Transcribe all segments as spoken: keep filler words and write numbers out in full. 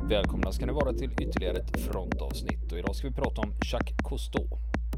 Välkomna ska ni vara till ytterligare ett frontavsnitt och idag ska vi prata om Jacques Cousteau.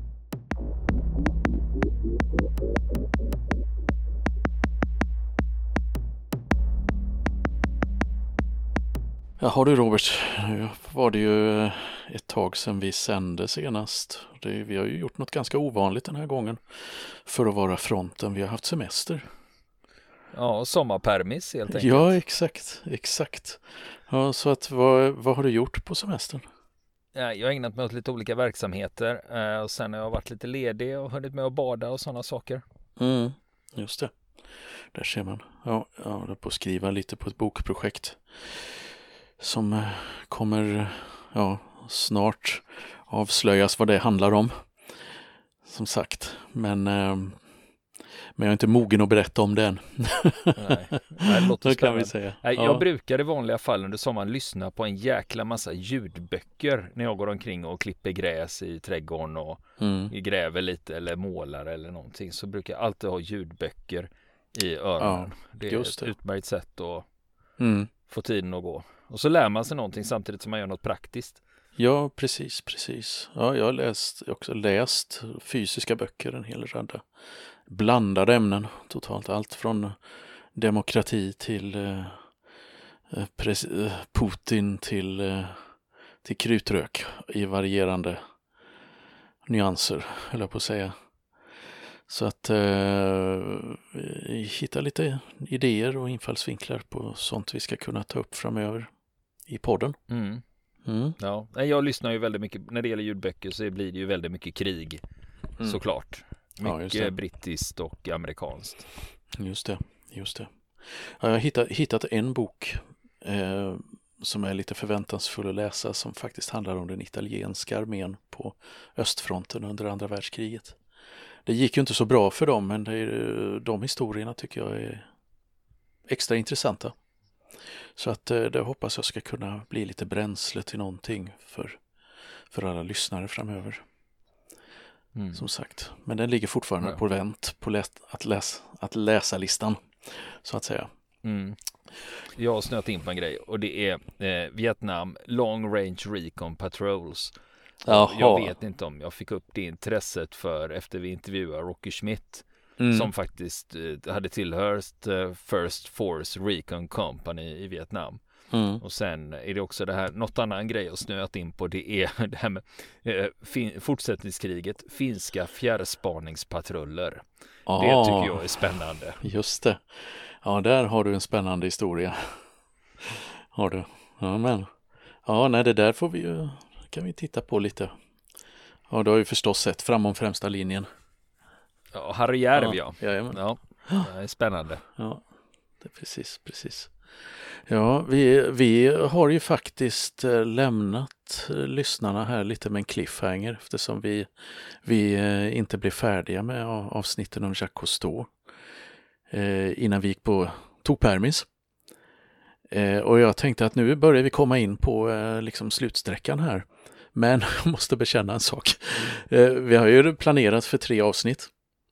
Jaha du Robert, nu var det ju ett tag sedan vi sände senast. Det, vi har ju gjort något ganska ovanligt den här gången för att vara fronten. Vi har haft semester. Ja, sommarpermis helt enkelt. Ja, exakt, exakt. Ja, så att vad, vad har du gjort på semestern? Ja, jag har ägnat mig åt lite olika verksamheter eh, och sen har jag varit lite ledig och hunnit med att bada och sådana saker. Mm, just det. Där ser man. Ja, jag håller på att skriva lite på ett bokprojekt som eh, kommer ja, snart avslöjas vad det handlar om. Som sagt, men, eh, men jag är inte mogen att berätta om det än. Nej, Nej, låt oss det kan vi säga. Nej, Ja. Jag brukar i vanliga fall under sommaren lyssna på en jäkla massa ljudböcker när jag går omkring och klipper gräs i trädgården och Mm. gräver lite eller målar eller någonting, så brukar jag alltid ha ljudböcker i öronen. Ja, det är just ett det. utmärkt sätt att Mm. få tiden att gå. Och så lär man sig någonting samtidigt som man gör något praktiskt. Ja, precis, precis. Ja, jag har läst, jag har också läst fysiska böcker, en hel radda. Blandade ämnen, totalt. Allt från demokrati till eh, pres- eh, Putin till, eh, till krutrök i varierande nyanser, höll jag på att säga. Så att eh, vi hittar lite idéer och infallsvinklar på sånt vi ska kunna ta upp framöver i podden. Mm. Mm. Ja, jag lyssnar ju väldigt mycket, när det gäller ljudböcker så blir det ju väldigt mycket krig, Mm. såklart. Ja, just det. Mycket brittiskt och amerikanskt. Just det, just det. Ja, jag har hittat, hittat en bok eh, som är lite förväntansfull att läsa, som faktiskt handlar om den italienska armén på östfronten under andra världskriget. Det gick ju inte så bra för dem, men det är, de historierna tycker jag är extra intressanta. Så att eh, det hoppas jag ska kunna bli lite bränsle till någonting för, för alla lyssnare framöver. Mm. Som sagt. Men den ligger fortfarande Ja. på vänt på läs, att, läs, att läsa-listan, så att säga. Mm. Jag har snöat in på en grej och det är eh, Vietnam Long Range Recon Patrols. Jaha. Jag vet inte om jag fick upp det intresset för efter vi intervjuade Rocky Schmidt Mm. som faktiskt eh, hade tillhört eh, First Force Recon Company i Vietnam. Mm. Och sen är det också det här, något annan grej jag snöat in på, det är det här med eh, fin- fortsättningskriget, finska fjärrspaningspatruller. Ah, Det tycker jag är spännande. Just det. Ja, där har du en spännande historia. Har du. Ja, men. Ja, nej, det där får vi ju, kan vi titta på lite. Ja, du har ju förstås sett Framom främsta linjen. Ja, Harry Järv, ja. Ja, jajamän. Ja, det är spännande. Ja, det är precis, precis. Ja, vi, vi har ju faktiskt eh, lämnat eh, lyssnarna här lite med en cliffhanger eftersom vi, vi eh, inte blev färdiga med av, avsnitten om Jacques Cousteau eh, innan vi gick på tog permis. Eh, och jag tänkte att nu börjar vi komma in på eh, liksom slutsträckan här. Men jag måste bekänna en sak. Eh, vi har ju planerat för tre avsnitt.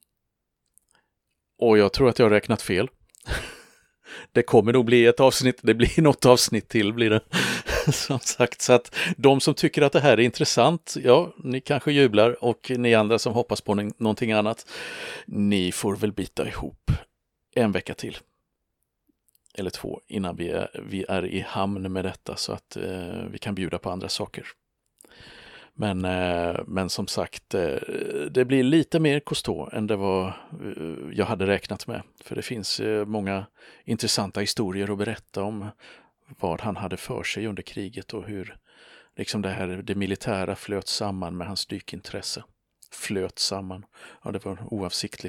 Och jag tror att jag har räknat fel. Det kommer nog bli ett avsnitt, det blir något avsnitt till blir det. Som sagt, så att de som tycker att det här är intressant, ja, ni kanske jublar, och ni andra som hoppas på n- någonting annat, ni får väl bita ihop en vecka till. Eller två innan vi är, vi är i hamn med detta så att eh, vi kan bjuda på andra saker. Men, eh, men som sagt, eh, det blir lite mer Cousteau än det var eh, jag hade räknat med. För det finns eh, många intressanta historier att berätta om vad han hade för sig under kriget och hur liksom det här det militära flöt samman med hans dykintresse. Flöt samman. Ja, det var en oavsiktlig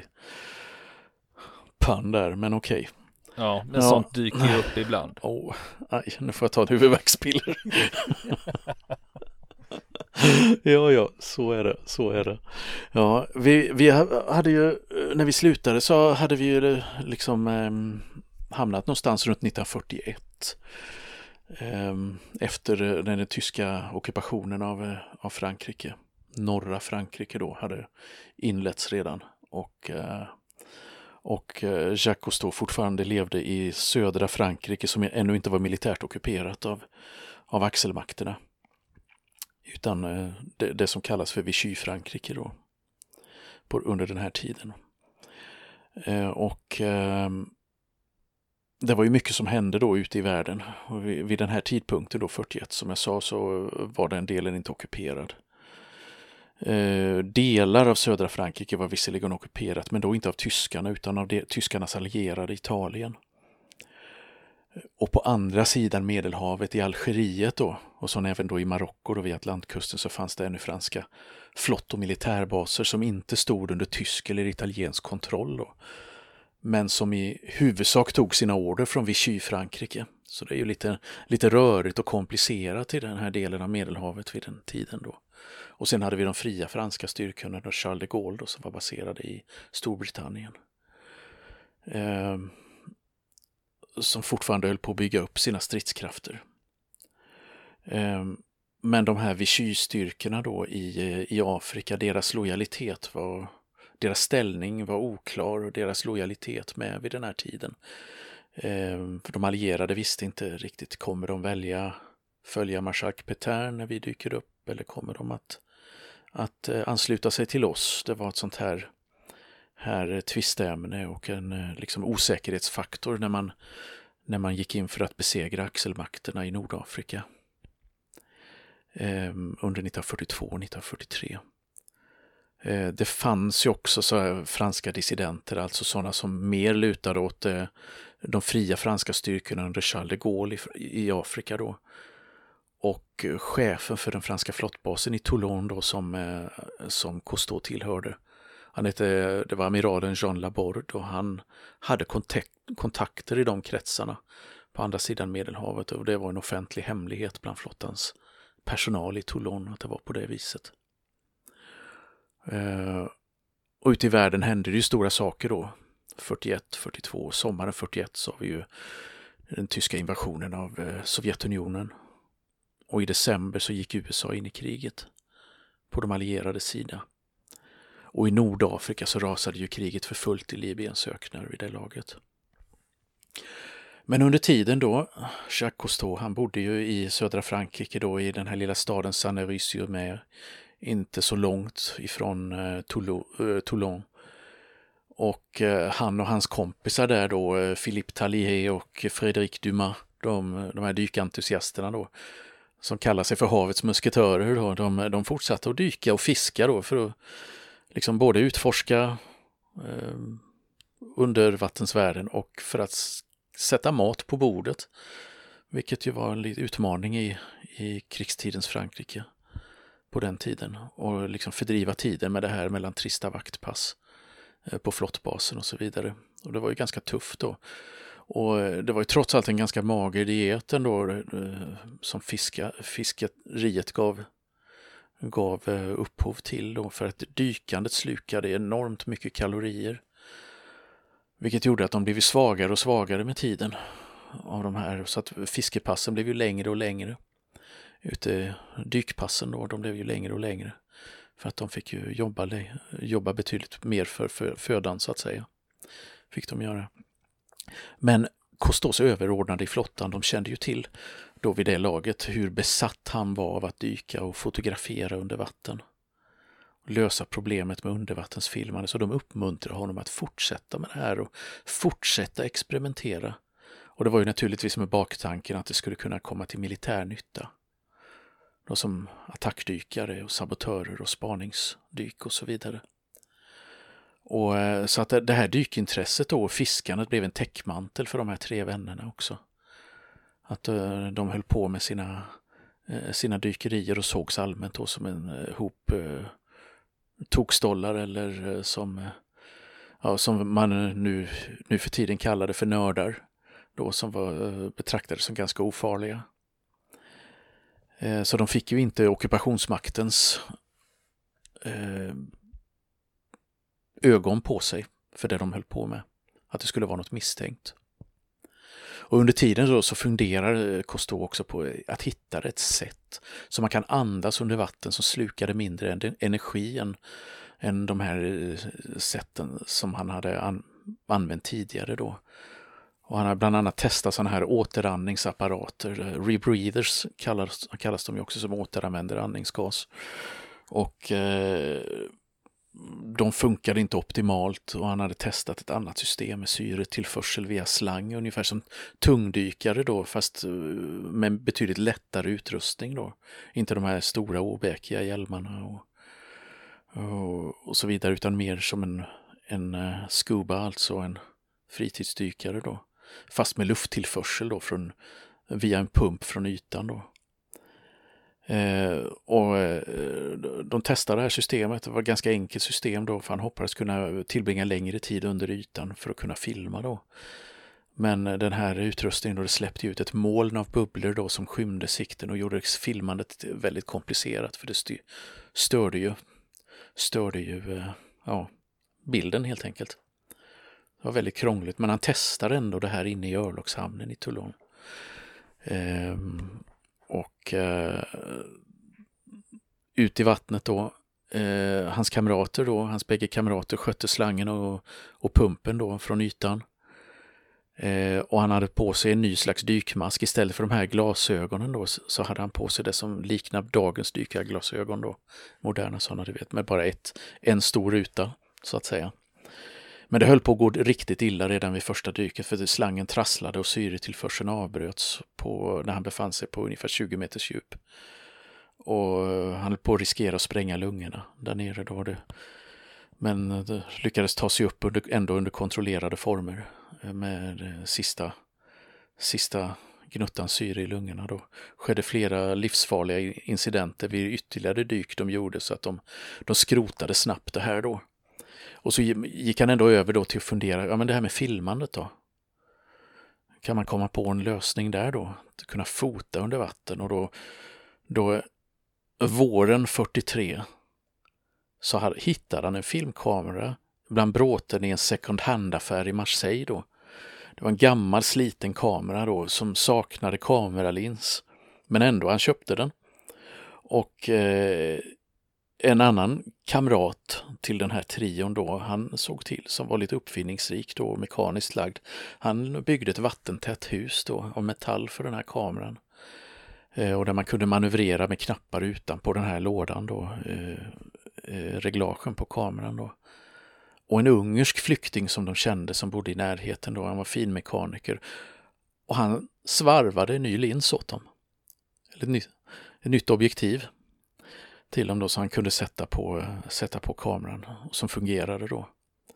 pann där, men okej. Ja, men Ja. sånt dyker ju upp ibland. Åh, aj, nu får jag ta ett huvudvärkspiller. Ja, ja, så är det, så är det. Ja, vi, vi hade ju, när vi slutade så hade vi ju liksom eh, hamnat någonstans runt nittonhundrafyrtioett. Eh, efter den, den tyska ockupationen av, av Frankrike. Norra Frankrike då hade inletts redan. Och, eh, och Jacques Cousteau fortfarande levde i södra Frankrike som ännu inte var militärt ockuperat av av axelmakterna. Utan det, det som kallas för Vichy-Frankrike då, på, under den här tiden. Eh, och eh, det var ju mycket som hände då ute i världen. Och vid, vid den här tidpunkten då, fyrtioett, som jag sa, så var den delen inte ockuperad. Eh, delar av södra Frankrike var visserligen ockuperat, men då inte av tyskarna utan av det, tyskarnas allierade Italien. Och på andra sidan Medelhavet i Algeriet då, och så även då i Marocko då vid Atlantkusten, så fanns det ännu franska flott- och militärbaser som inte stod under tysk eller italiensk kontroll då, men som i huvudsak tog sina order från Vichy-Frankrike. Så det är ju lite, lite rörigt och komplicerat i den här delen av Medelhavet vid den tiden då. Och sen hade vi de fria franska styrkorna och Charles de Gaulle då, som var baserade i Storbritannien. Eh, som fortfarande höll på att bygga upp sina stridskrafter. Eh, men de här Vichy-styrkorna då i, i Afrika, deras lojalitet var, deras ställning var oklar och deras lojalitet med vid den här tiden. Eh, för de allierade visste inte riktigt, kommer de välja följa Marskalk Pétain när vi dyker upp, eller kommer de att, att eh, ansluta sig till oss? Det var ett sånt här, här tvistämne och en eh, liksom osäkerhetsfaktor när man, när man gick in för att besegra axelmakterna i Nordafrika eh, under nittonhundrafyrtiotvå och nittonhundrafyrtiotre. Eh, det fanns ju också så här franska dissidenter, alltså sådana som mer lutade åt eh, de fria franska styrkorna under Charles de Gaulle i, i Afrika då. Och chefen för den franska flottbasen i Toulon då, som, eh, som Cousteau tillhörde. Han hette, det var amiralen Jean Laborde, och han hade kontakt, kontakter i de kretsarna på andra sidan Medelhavet, och det var en offentlig hemlighet bland flottans personal i Toulon att det var på det viset. Eh, och ute i världen hände det ju stora saker då. fyrtioett, fyrtiotvå, sommaren fyrtioett så har vi ju den tyska invasionen av eh, Sovjetunionen. Och i december så gick U S A in i kriget på de allierades sida. Och i Nordafrika så rasade ju kriget för fullt i Libyens öknar vid det laget. Men under tiden då, Jacques Cousteau, han bodde ju i södra Frankrike då, i den här lilla staden Saint-Neury-sur-Mer, inte så långt ifrån eh, Toulon. Och eh, han och hans kompisar där då, eh, Philippe Tallier och Frédéric Dumas, de, de här dykentusiasterna då, som kallar sig för havets musketörer då, de, de fortsatte att dyka och fiska då för att liksom både utforska eh, undervattensvärlden och för att s- sätta mat på bordet, vilket ju var en liten utmaning i, i krigstidens Frankrike på den tiden, och liksom fördriva tiden med det här mellan trista vaktpass eh, på flottbasen och så vidare. Och det var ju ganska tufft då. Och det var ju trots allt en ganska mager diet ändå eh, som fiska, fiskeriet gav, gav eh, upphov till då, för att dykandet slukade enormt mycket kalorier. Vilket gjorde att de blev svagare och svagare med tiden av de här, så att fiskepassen blev ju längre och längre. Ute dykpassen då, de blev ju längre och längre. För att de fick ju jobba, jobba betydligt mer för, för födan så att säga. Fick de göra. Men Cousteaus överordnade i flottan, de kände ju till då vid det laget hur besatt han var av att dyka och fotografera under vatten. Lösa problemet med undervattensfilmande, så de uppmuntrade honom att fortsätta med det här och fortsätta experimentera. Och det var ju naturligtvis med baktanken att det skulle kunna komma till militär nytta. Då som attackdykare och sabotörer och spaningsdyk och så vidare. Och så att det här dykintresset och fiskandet blev en täckmantel för de här tre vännerna också. Att de höll på med sina, sina dykerier och sågs allmänt då som en hop tokstollar, eller som, ja, som man nu, nu för tiden kallade för nördar. Då, som var betraktade som ganska ofarliga. Så de fick ju inte ockupationsmaktens eh, ögon på sig för det de höll på med. Att det skulle vara något misstänkt. Och under tiden då så funderar Cousteau också på att hitta ett sätt så man kan andas under vatten som slukade mindre energi än, än de här sätten som han hade an, använt tidigare då. Och han har bland annat testat sådana här återandningsapparater. Rebreathers kallas, kallas de ju också, som återanvänder andningsgas. Och eh, de funkade inte optimalt, och han hade testat ett annat system med syretillförsel via slang, ungefär som tungdykare då, fast med betydligt lättare utrustning då. Inte de här stora obekiga hjälmarna och, och, och så vidare, utan mer som en, en scuba, alltså en fritidsdykare då. Fast med lufttillförsel då från, via en pump från ytan då. Eh, och eh, de testade det här systemet. Det var ett ganska enkelt system då, för han hoppades kunna tillbringa längre tid under ytan för att kunna filma då. Men den här utrustningen då, det släppte ut ett moln av bubblor då som skymde sikten och gjorde filmandet väldigt komplicerat, för det styr, störde ju störde ju eh, ja, bilden helt enkelt. Det var väldigt krångligt, men han testade ändå det här inne i örlogshamnen i Toulon. Ehm, och eh, ut i vattnet då, eh, hans kamrater då, hans bägge kamrater skötte slangen och, och pumpen då från ytan. Eh, och han hade på sig en ny slags dykmask. Istället för de här glasögonen då, så hade han på sig det som liknar dagens dykarglasögon då. Moderna sådana, du vet, med bara ett, en stor ruta så att säga. Men det höll på att gå riktigt illa redan vid första dyket, för slangen trasslade och syretillförseln avbröts på, när han befann sig på ungefär tjugo meters djup. Och han höll på att riskera att spränga lungorna där nere då. Det. Men det lyckades ta sig upp under, ändå under kontrollerade former med sista, sista gnuttan syre i lungorna. Då skedde flera livsfarliga incidenter vid ytterligare dyk de gjorde, så att de, de skrotade snabbt det här då. Och så gick han ändå över då till att fundera, ja men det här med filmandet då. Kan man komma på en lösning där då? Att kunna fota under vatten. Och då, då våren fyrtiotre så hade, hittade han en filmkamera bland bråten i en second hand-affär i Marseille då. Det var en gammal sliten kamera då som saknade kameralins. Men ändå, han köpte den. Och eh, en annan kamrat till den här trion då, han såg till, som var lite uppfinningsrik då, mekaniskt lagd. Han byggde ett vattentätt hus då av metall för den här kameran. Eh, och där man kunde manövrera med knappar utanpå den här lådan då, eh, eh, reglagen på kameran då. Och en ungersk flykting som de kände som bodde i närheten då, han var finmekaniker. Och han svarvade en ny lins åt dem. Eller ett nytt, ett nytt objektiv till dem då, så han kunde sätta på, sätta på kameran, som fungerade då.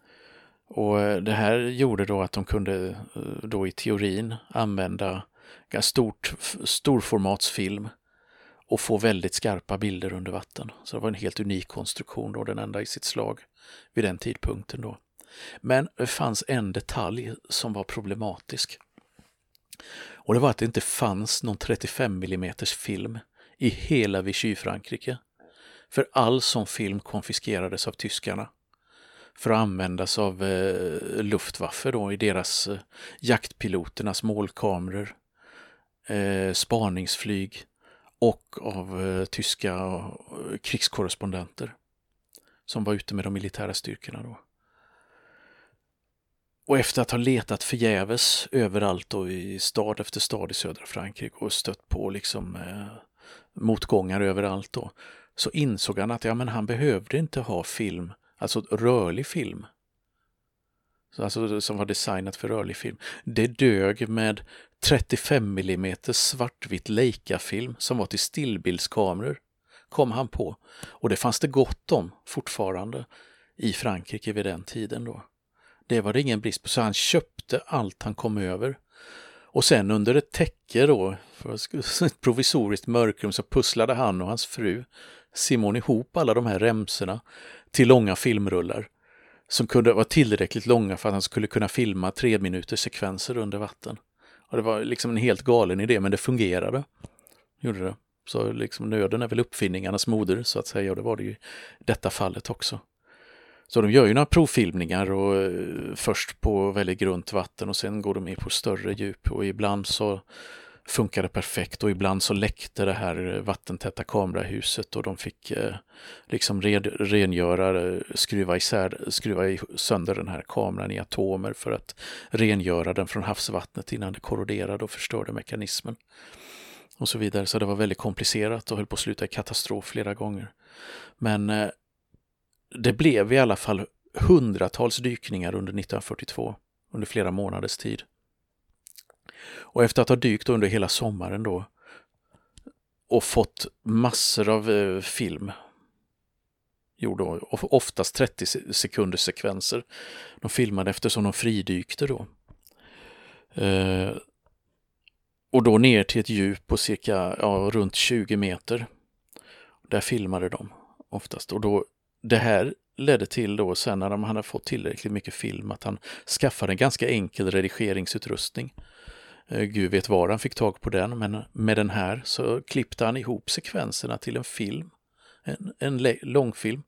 Och det här gjorde då att de kunde då i teorin använda stort, storformatsfilm och få väldigt skarpa bilder under vatten. Så det var en helt unik konstruktion då, den enda i sitt slag vid den tidpunkten då. Men det fanns en detalj som var problematisk. Och det var att det inte fanns någon trettiofem millimeters film i hela Vichy-Frankrike. För all sån film konfiskerades av tyskarna för att användas av eh, Luftwaffe då, i deras eh, jaktpiloternas målkameror, eh, spaningsflyg och av eh, tyska eh, krigskorrespondenter som var ute med de militära styrkorna då. Och efter att ha letat förgäves överallt då, i stad efter stad i södra Frankrike och stött på liksom eh, motgångar överallt då, så insåg han att ja, men han behövde inte ha film, alltså rörlig film. Så alltså, som var designat för rörlig film. Det dög med trettiofem millimeter svartvitt Leica-film som var till stillbildskameror, kom han på. Och det fanns det gott om fortfarande i Frankrike vid den tiden då. Det var det ingen brist på, så han köpte allt han kom över. Och sen under ett täcke då, för ett provisoriskt mörkrum, så pusslade han och hans fru Simon ihop alla de här remsorna till långa filmrullar som kunde vara tillräckligt långa för att han skulle kunna filma tre minuters sekvenser under vatten. Och det var liksom en helt galen idé, men det fungerade. Gjorde det. Så liksom nöden är väl uppfinningarnas moder så att säga, och det var det ju i detta fallet också. Så de gör ju några provfilmningar och först på väldigt grunt vatten och sen går de in på större djup, och ibland så funkade perfekt och ibland så läckte det här vattentäta kamerahuset och de fick eh, liksom red, rengöra, skruva isär, skruva i, sönder den här kameran i atomer för att rengöra den från havsvattnet innan det korroderade och förstörde mekanismen och så vidare. Så det var väldigt komplicerat och höll på att sluta i katastrof flera gånger. Men eh, det blev i alla fall hundratals dykningar under nittonhundrafyrtiotvå, under flera månaders tid. Och efter att ha dykt under hela sommaren då och fått massor av eh, film, jo då, oftast trettio sekunders sekvenser. De filmade eftersom de fridykte då. Eh, och då ner till ett djup på cirka ja, runt tjugo meter. Där filmade de oftast. Och då, det här ledde till då sen när de hade fått tillräckligt mycket film att han skaffade en ganska enkel redigeringsutrustning. Gud vet var han fick tag på den, men med den här så klippte han ihop sekvenserna till en film, en, en långfilm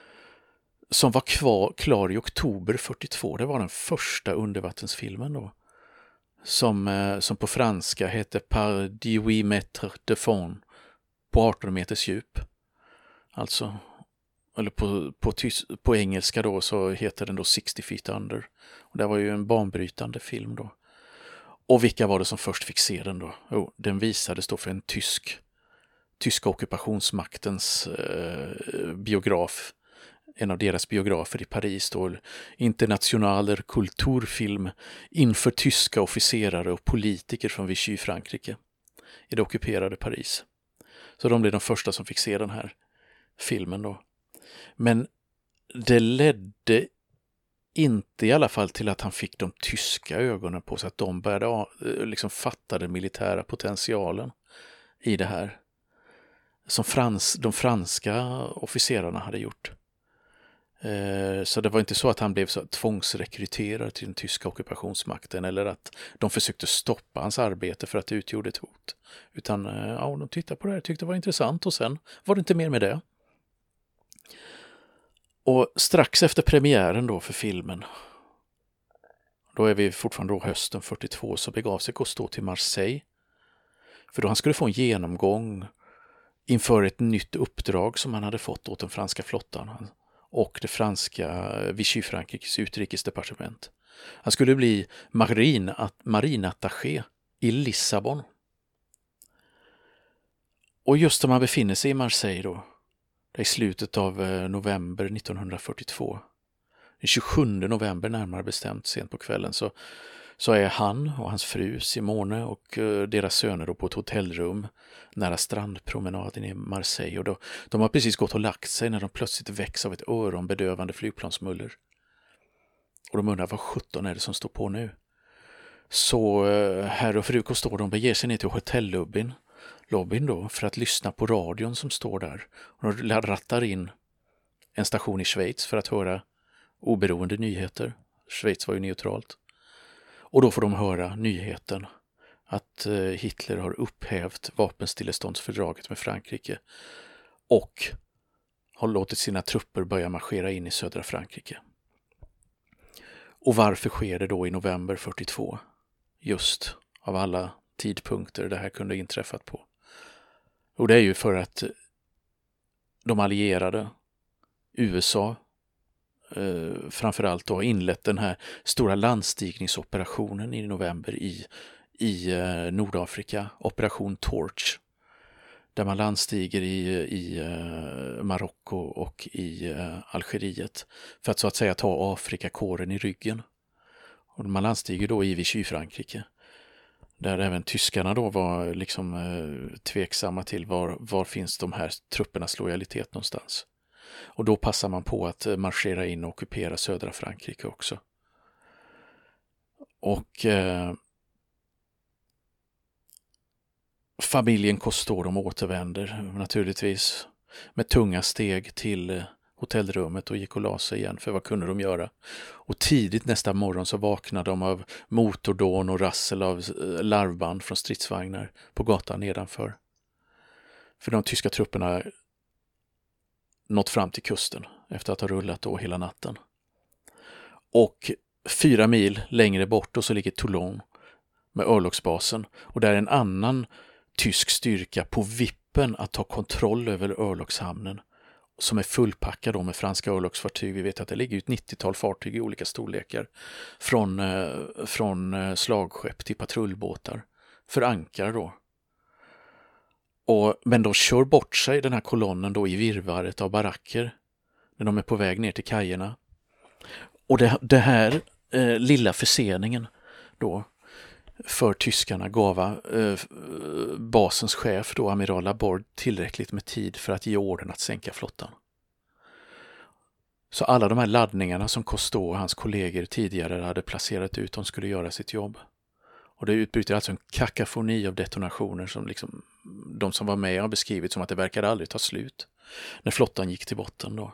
som var kvar, klar i oktober fyrtiotvå. Det var den första undervattensfilmen då, som, som på franska hette Par dix-huit mètres de fond, på arton meters djup. Alltså, eller på, på, tys, på engelska då så heter den då sextio feet under. Och det var ju en banbrytande film då. Och vilka var det som först fick se den då? Jo, den visades då för en tysk, tyska ockupationsmaktens eh, biograf, en av deras biografer i Paris då, Internationaler Kulturfilm inför tyska officerare och politiker från Vichy, Frankrike, i det ockuperade Paris. Så de blev de första som fick se den här filmen då. Men det ledde inte i alla fall till att han fick de tyska ögonen på sig, att de började liksom fatta den militära potentialen i det här. Som frans, de franska officerarna hade gjort. Eh, så det var inte så att han blev så tvångsrekryterad till den tyska ockupationsmakten eller att de försökte stoppa hans arbete för att det utgjorde ett hot. Utan eh, ja, de tittade på det här, tyckte det var intressant och sen var det inte mer med det. Och strax efter premiären då för filmen, då är vi fortfarande då hösten fyrtiotvå, så begav sig Cousteau till Marseille. För då han skulle få en genomgång inför ett nytt uppdrag som han hade fått åt den franska flottan och det franska Vichy-Frankrikes utrikesdepartement. Han skulle bli marin, marinattaché i Lissabon. Och just när man befinner sig i Marseille då, det är i slutet av november nittonhundrafyrtiotvå, den tjugosjunde november närmare bestämt, sent på kvällen, så, så är han och hans fru Simone och deras söner då på ett hotellrum nära strandpromenaden i Marseille. Och då, de har precis gått och lagt sig när de plötsligt väcks av ett öronbedövande flygplansmuller. Och de undrar, vad sjutton är det som står på nu? Så herr och fru Cousteau, de beger sig ner till hotellobbyn lobbyn då för att lyssna på radion som står där. Och de rattar in en station i Schweiz för att höra oberoende nyheter. Schweiz var ju neutralt. Och då får de höra nyheten att Hitler har upphävt vapenstilleståndsfördraget med Frankrike och har låtit sina trupper börja marschera in i södra Frankrike. Och varför sker det då i november fyrtiotvå? Just av alla tidpunkter det här kunde inträffat på. Och det är ju för att de allierade, U S A eh, framförallt då, har inlett den här stora landstigningsoperationen i november i, i eh, Nordafrika, Operation Torch, där man landstiger i, i eh, Marocko och i eh, Algeriet för att så att säga ta Afrikakåren i ryggen. Och man landstiger då i Vichy-Frankrike, där även tyskarna då var liksom eh, tveksamma till var, var finns de här truppernas lojalitet någonstans. Och då passar man på att marschera in och ockupera södra Frankrike också. Och eh, familjen Cousteau, de återvänder naturligtvis med tunga steg till eh, hotellrummet och gick och la sig igen, för vad kunde de göra? Och tidigt nästa morgon så vaknade de av motordån och rassel av larvband från stridsvagnar på gatan nedanför. För de tyska trupperna nått fram till kusten efter att ha rullat då hela natten. Och fyra mil längre bort och så ligger Toulon, med örlogsbasen, och där är en annan tysk styrka på vippen att ta kontroll över örlogshamnen som är fullpackad då med franska örlogsfartyg. Vi vet att det ligger ett nittiotal fartyg i olika storlekar från, eh, från eh, slagskepp till patrullbåtar för ankar då. Och, men de kör bort sig, den här kolonnen då, i virrvarret av baracker när de är på väg ner till kajerna. Och det, det här eh, lilla förseningen då för tyskarna gav eh, basens chef då, amiral Laborde, tillräckligt med tid för att ge orden att sänka flottan. Så alla de här laddningarna som Cousteau och hans kollegor tidigare hade placerat ut, de skulle göra sitt jobb. Och det utbryter alltså en kakafoni av detonationer som liksom de som var med har beskrivit som att det verkade aldrig ta slut när flottan gick till botten då.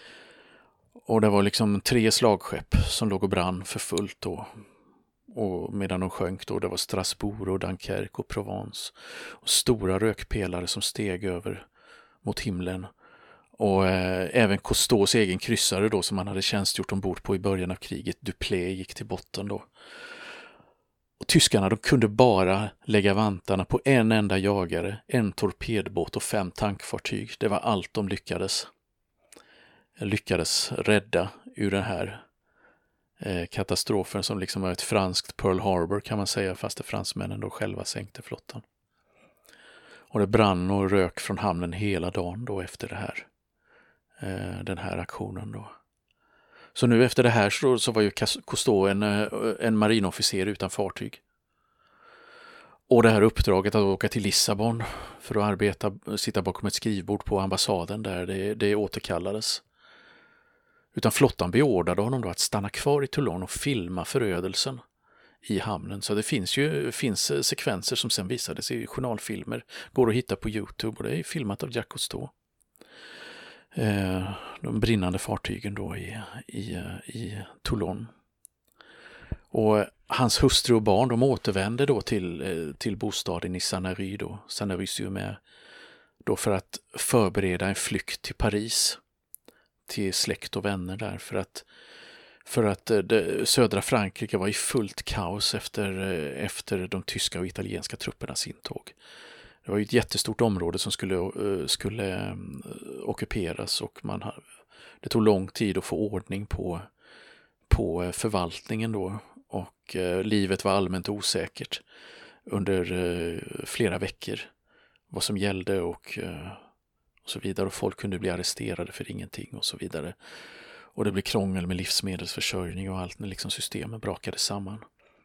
Och det var liksom tre slagskepp som låg och brann för fullt då. Och medan de sjönk då, det var Strasbourg och Dunkerque och Provence. Och stora rökpelare som steg över mot himlen. Och eh, även Cousteaus egen kryssare då som han hade tjänstgjort ombord på i början av kriget, Dupleix, gick till botten då. Och tyskarna, de kunde bara lägga vantarna på en enda jagare, en torpedbåt och fem tankfartyg. Det var allt de lyckades. lyckades rädda ur den här eh, katastrofen som liksom var ett franskt Pearl Harbor kan man säga, fast det fransmännen då själva sänkte flottan. Och det brann och rök från hamnen hela dagen då efter det här, eh, den här aktionen då. Så nu efter det här så, så var ju Cousteau en, en marinofficer utan fartyg. Och det här uppdraget att åka till Lissabon för att arbeta, sitta bakom ett skrivbord på ambassaden där, det, det återkallades. Utan flottan beordrade honom då att stanna kvar i Toulon och filma förödelsen i hamnen. Så det finns ju finns sekvenser som sen visades i journalfilmer. Går att hitta på YouTube och det är filmat av Jacques Cousteau. Eh, de brinnande fartygen då i, i, i Toulon. Och hans hustru och barn, de återvände då till, till bostaden i Sanary då, Sanary-sur-Mer, då för att förbereda en flykt till Paris, till släkt och vänner där, för att, för att det, södra Frankrike var i fullt kaos efter, efter de tyska och italienska truppernas intåg. Det var ju ett jättestort område som skulle, skulle ockuperas och man, det tog lång tid att få ordning på, på förvaltningen då. Och eh, livet var allmänt osäkert under eh, flera veckor. Vad som gällde och, eh, och så vidare. Och folk kunde bli arresterade för ingenting och så vidare. Och det blev krångel med livsmedelsförsörjning och allt när liksom systemen brakade samman.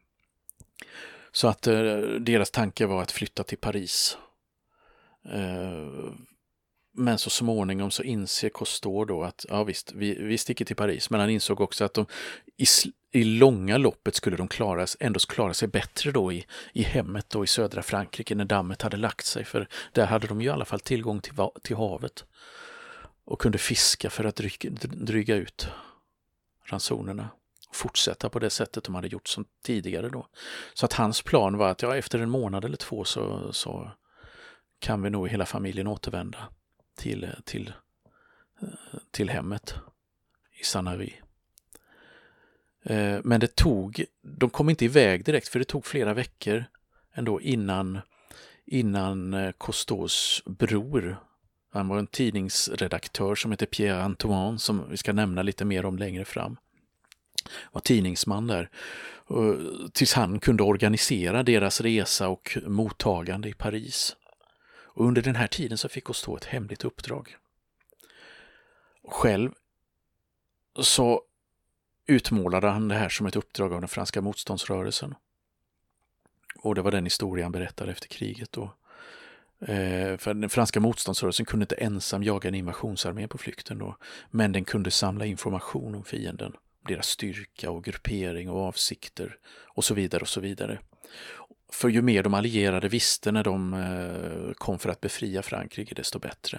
Så att eh, deras tanke var att flytta till Paris. Eh, men så småningom så inser Cousteau då att ja visst, vi, vi sticker till Paris. Men han insåg också att de i, i långa loppet skulle de klara, ändå klara sig bättre då i, i hemmet då i södra Frankrike när dammet hade lagt sig. För där hade de ju i alla fall tillgång till, till havet och kunde fiska för att dryga, dryga ut ransonerna. Fortsätta på det sättet de hade gjort som tidigare då. Så att hans plan var att ja, efter en månad eller två så, så kan vi nog hela familjen återvända till, till, till hemmet i Sanary. Men det tog, de kom inte iväg direkt för det tog flera veckor ändå innan, innan Cousteaus bror, han var en tidningsredaktör som heter Pierre Antoine som vi ska nämna lite mer om längre fram, var tidningsman där, tills han kunde organisera deras resa och mottagande i Paris. Och under den här tiden så fick Cousteau ett hemligt uppdrag. Och själv så utmålade han det här som ett uppdrag av den franska motståndsrörelsen. Och det var den historien han berättade efter kriget då. Eh, för den franska motståndsrörelsen kunde inte ensam jaga en invasionsarmé på flykten då. Men den kunde samla information om fienden. Deras styrka och gruppering och avsikter och så vidare och så vidare. För ju mer de allierade visste när de eh, kom för att befria Frankrike, desto bättre.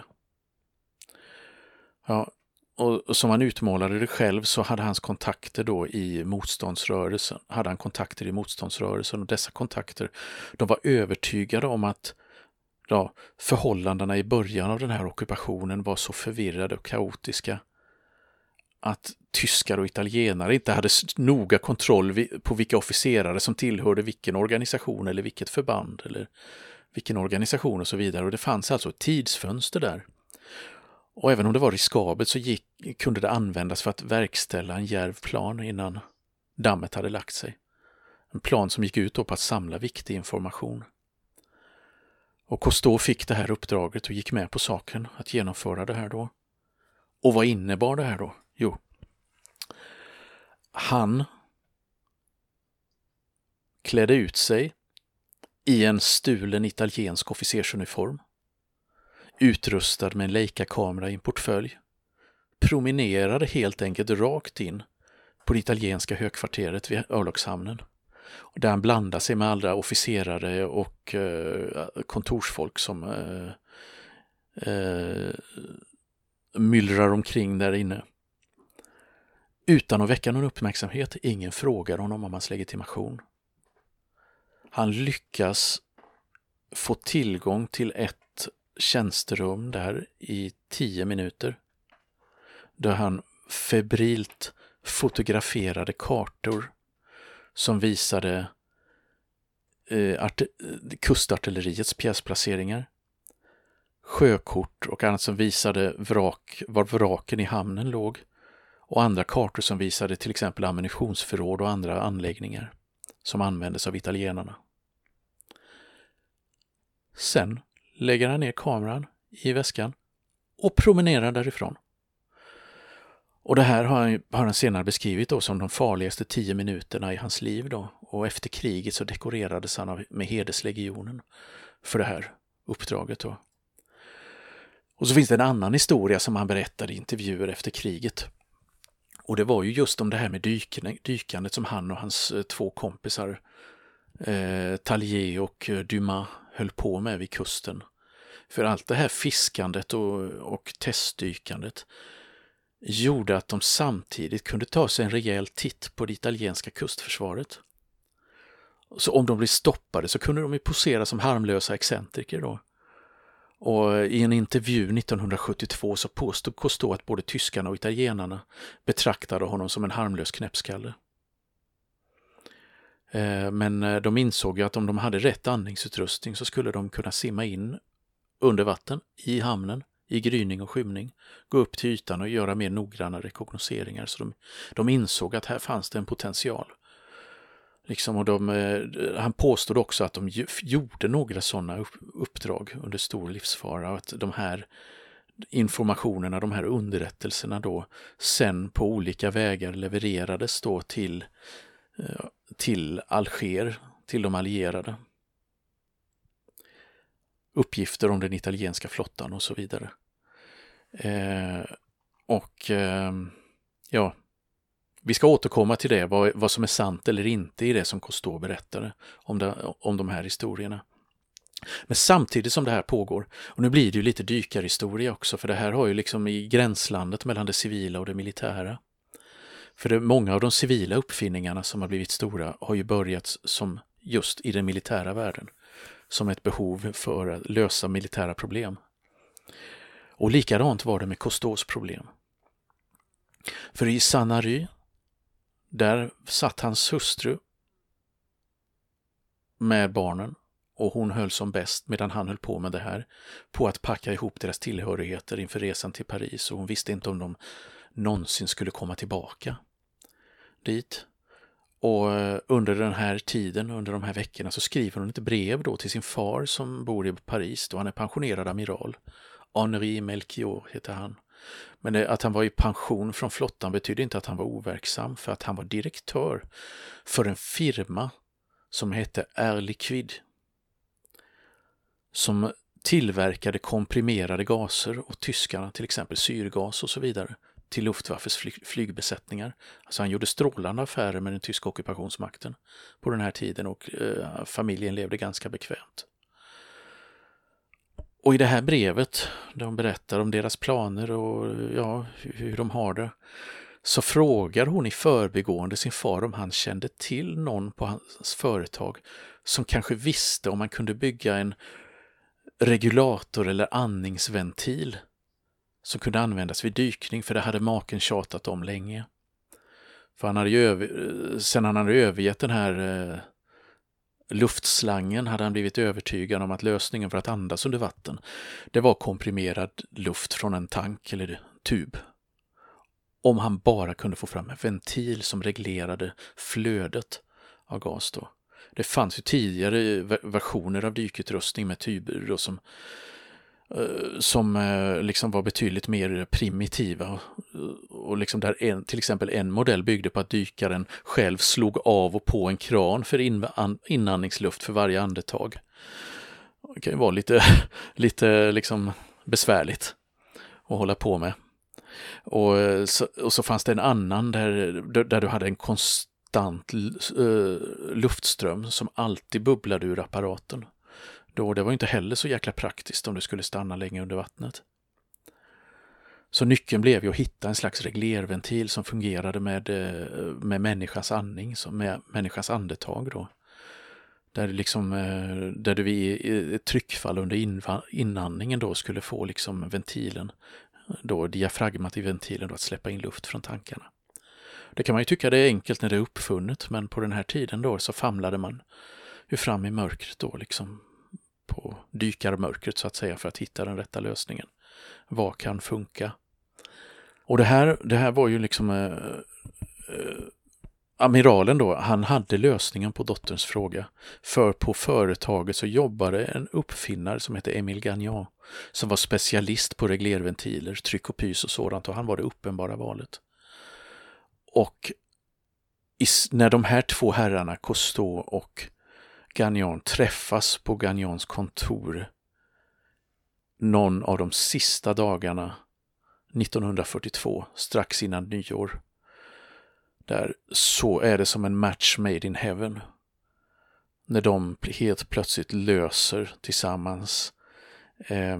Ja, och, och som han utmålade det själv så hade hans kontakter då i motståndsrörelsen, hade han kontakter i motståndsrörelsen och dessa kontakter, de var övertygade om att ja, förhållandena i början av den här ockupationen var så förvirrade och kaotiska att tyskar och italienare inte hade noga kontroll på vilka officerare som tillhörde vilken organisation eller vilket förband eller vilken organisation och så vidare. Och det fanns alltså ett tidsfönster där. Och även om det var riskabelt så gick, kunde det användas för att verkställa en djärv plan innan dammet hade lagt sig. En plan som gick ut på att samla viktig information. Och Cousteau fick det här uppdraget och gick med på saken att genomföra det här då. Och vad innebar det här då? Jo, han klädde ut sig i en stulen italiensk officersuniform, utrustad med en Leica-kamera i en portfölj, promenerade helt enkelt rakt in på det italienska högkvarteret vid örlogshamnen, där han blandade sig med andra officerare och eh, kontorsfolk som eh, eh, myllrar omkring där inne. Utan att väcka någon uppmärksamhet, ingen frågar honom om hans legitimation. Han lyckas få tillgång till ett tjänsterum där i tio minuter, där han febrilt fotograferade kartor som visade eh, art- kustartilleriets pjäsplaceringar, sjökort och annat som visade vrak, var vraken i hamnen låg, och andra kartor som visade till exempel ammunitionsförråd och andra anläggningar som användes av italienarna. Sen lägger han ner kameran i väskan och promenerar därifrån. Och det här har han, har han senare beskrivit då som de farligaste tio minuterna i hans liv då. Och efter kriget så dekorerades han av, med hederslegionen för det här uppdraget då. Och så finns det en annan historia som han berättade i intervjuer efter kriget. Och det var ju just om det här med dyken, dykandet som han och hans eh, två kompisar eh, Tallier och eh, Dumas höll på med vid kusten. För allt det här fiskandet och, och testdykandet gjorde att de samtidigt kunde ta sig en rejäl titt på det italienska kustförsvaret. Så om de blev stoppade så kunde de ju posera som harmlösa excentriker då. Och i en intervju nittonhundrasjuttiotvå så påstod Cousteau att både tyskarna och italienarna betraktade honom som en harmlös knäppskalle. Men de insåg ju att om de hade rätt andningsutrustning så skulle de kunna simma in under vatten, i hamnen, i gryning och skymning, gå upp till ytan och göra mer noggranna rekognoseringar. Så de, de insåg att här fanns det en potential. Liksom, och de, han påstod också att de gjorde några sådana uppdrag under stor livsfara och att de här informationerna, de här underrättelserna då sen på olika vägar levererades då till, till Alger, till de allierade. Uppgifter om den italienska flottan och så vidare. Eh, och eh, ja, vi ska återkomma till det, vad, vad som är sant eller inte i det som Cousteau berättade om, det, om de här historierna. Men samtidigt som det här pågår, och nu blir det ju lite dykarhistoria också, för det här har ju liksom i gränslandet mellan det civila och det militära. För det, många av de civila uppfinningarna som har blivit stora har ju börjat som just i den militära världen, som ett behov för att lösa militära problem. Och likadant var det med Cousteaus problem. För i Sanary, där satt hans hustru med barnen och hon höll som bäst medan han höll på med det här, på att packa ihop deras tillhörigheter inför resan till Paris, och hon visste inte om de någonsin skulle komma tillbaka dit. Och under den här tiden, under de här veckorna, så skriver hon ett brev då till sin far som bor i Paris, då han är pensionerad amiral. Henri Melchior heter han. Men det, att han var i pension från flottan betyder inte att han var overksam, för att han var direktör för en firma som hette Air Liquide, som tillverkade komprimerade gaser och tyskarna, till exempel syrgas och så vidare, till Luftwaffes flyg, flygbesättningar. Alltså han gjorde strålande affärer med den tyska ockupationsmakten på den här tiden, och eh, familjen levde ganska bekvämt. Och i det här brevet, de berättar om deras planer och ja, hur de har det, så frågar hon i förbigående sin far om han kände till någon på hans företag som kanske visste om man kunde bygga en regulator eller andningsventil som kunde användas vid dykning, för det hade maken tjatat om länge. För han hade ju över, sen han hade övergett den här eh, luftslangen hade han blivit övertygad om att lösningen för att andas under vatten, det var komprimerad luft från en tank eller tub. Om han bara kunde få fram en ventil som reglerade flödet av gas då. Det fanns ju tidigare versioner av dykutrustning med tuber då som, som liksom var betydligt mer primitiva. Och liksom där en, till exempel en modell byggde på att dykaren själv slog av och på en kran för inandningsluft för varje andetag. Det kan ju vara lite, lite liksom besvärligt att hålla på med. Och så, och så fanns det en annan där, där du hade en konstant uh, luftström som alltid bubblade ur apparaten. Då det var inte heller så jäkla praktiskt om du skulle stanna länge under vattnet. Så nyckeln blev ju att hitta en slags reglerventil som fungerade med, med människans andning, med människans andetag då. Där, liksom, där du vid ett tryckfall under inandningen då skulle få liksom ventilen, då diafragmat i ventilen då, att släppa in luft från tankarna. Det kan man ju tycka det är enkelt när det är uppfunnet, men på den här tiden då så famlade man ju fram i mörkret då liksom på dykarmörkret så att säga för att hitta den rätta lösningen. Vad kan funka? Och det här, det här var ju liksom eh, eh, amiralen då, han hade lösningen på dotterns fråga. För på företaget så jobbade en uppfinnare som hette Emil Gagnon som var specialist på reglerventiler, tryck och pys och sådant, och han var det uppenbara valet. Och i, när de här två herrarna, Cousteau och Gagnon, träffas på Gagnons kontor någon av de sista dagarna nittonhundrafyrtiotvå, strax innan nyår, där så är det som en match made in heaven. När de helt plötsligt löser tillsammans eh,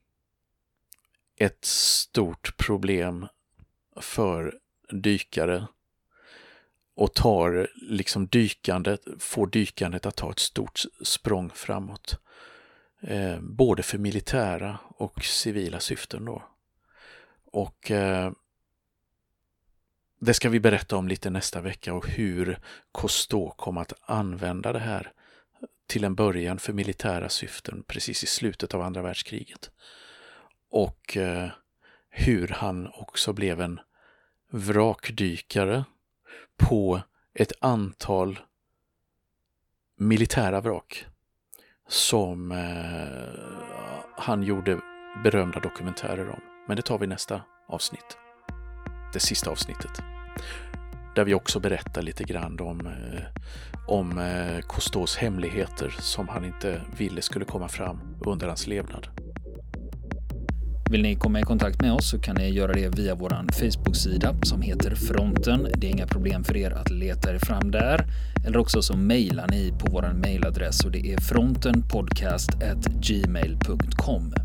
ett stort problem för dykare och tar liksom dykandet, får dykandet att ta ett stort språng framåt. Eh, både för militära och civila syften då. Och eh, det ska vi berätta om lite nästa vecka, och hur Cousteau kom att använda det här till en början för militära syften precis i slutet av andra världskriget. Och eh, hur han också blev en vrakdykare på ett antal militära vrak som eh, han gjorde berömda dokumentärer om. Men det tar vi nästa avsnitt. Det sista avsnittet. Där vi också berättar lite grann om, eh, om eh, Cousteaus hemligheter som han inte ville skulle komma fram under hans levnad. Vill ni komma i kontakt med oss så kan ni göra det via vår Facebook-sida som heter Fronten. Det är inga problem för er att leta er fram där. Eller också så mejlar ni på vår mejladress, och det är frontenpodcast at gmail punkt com.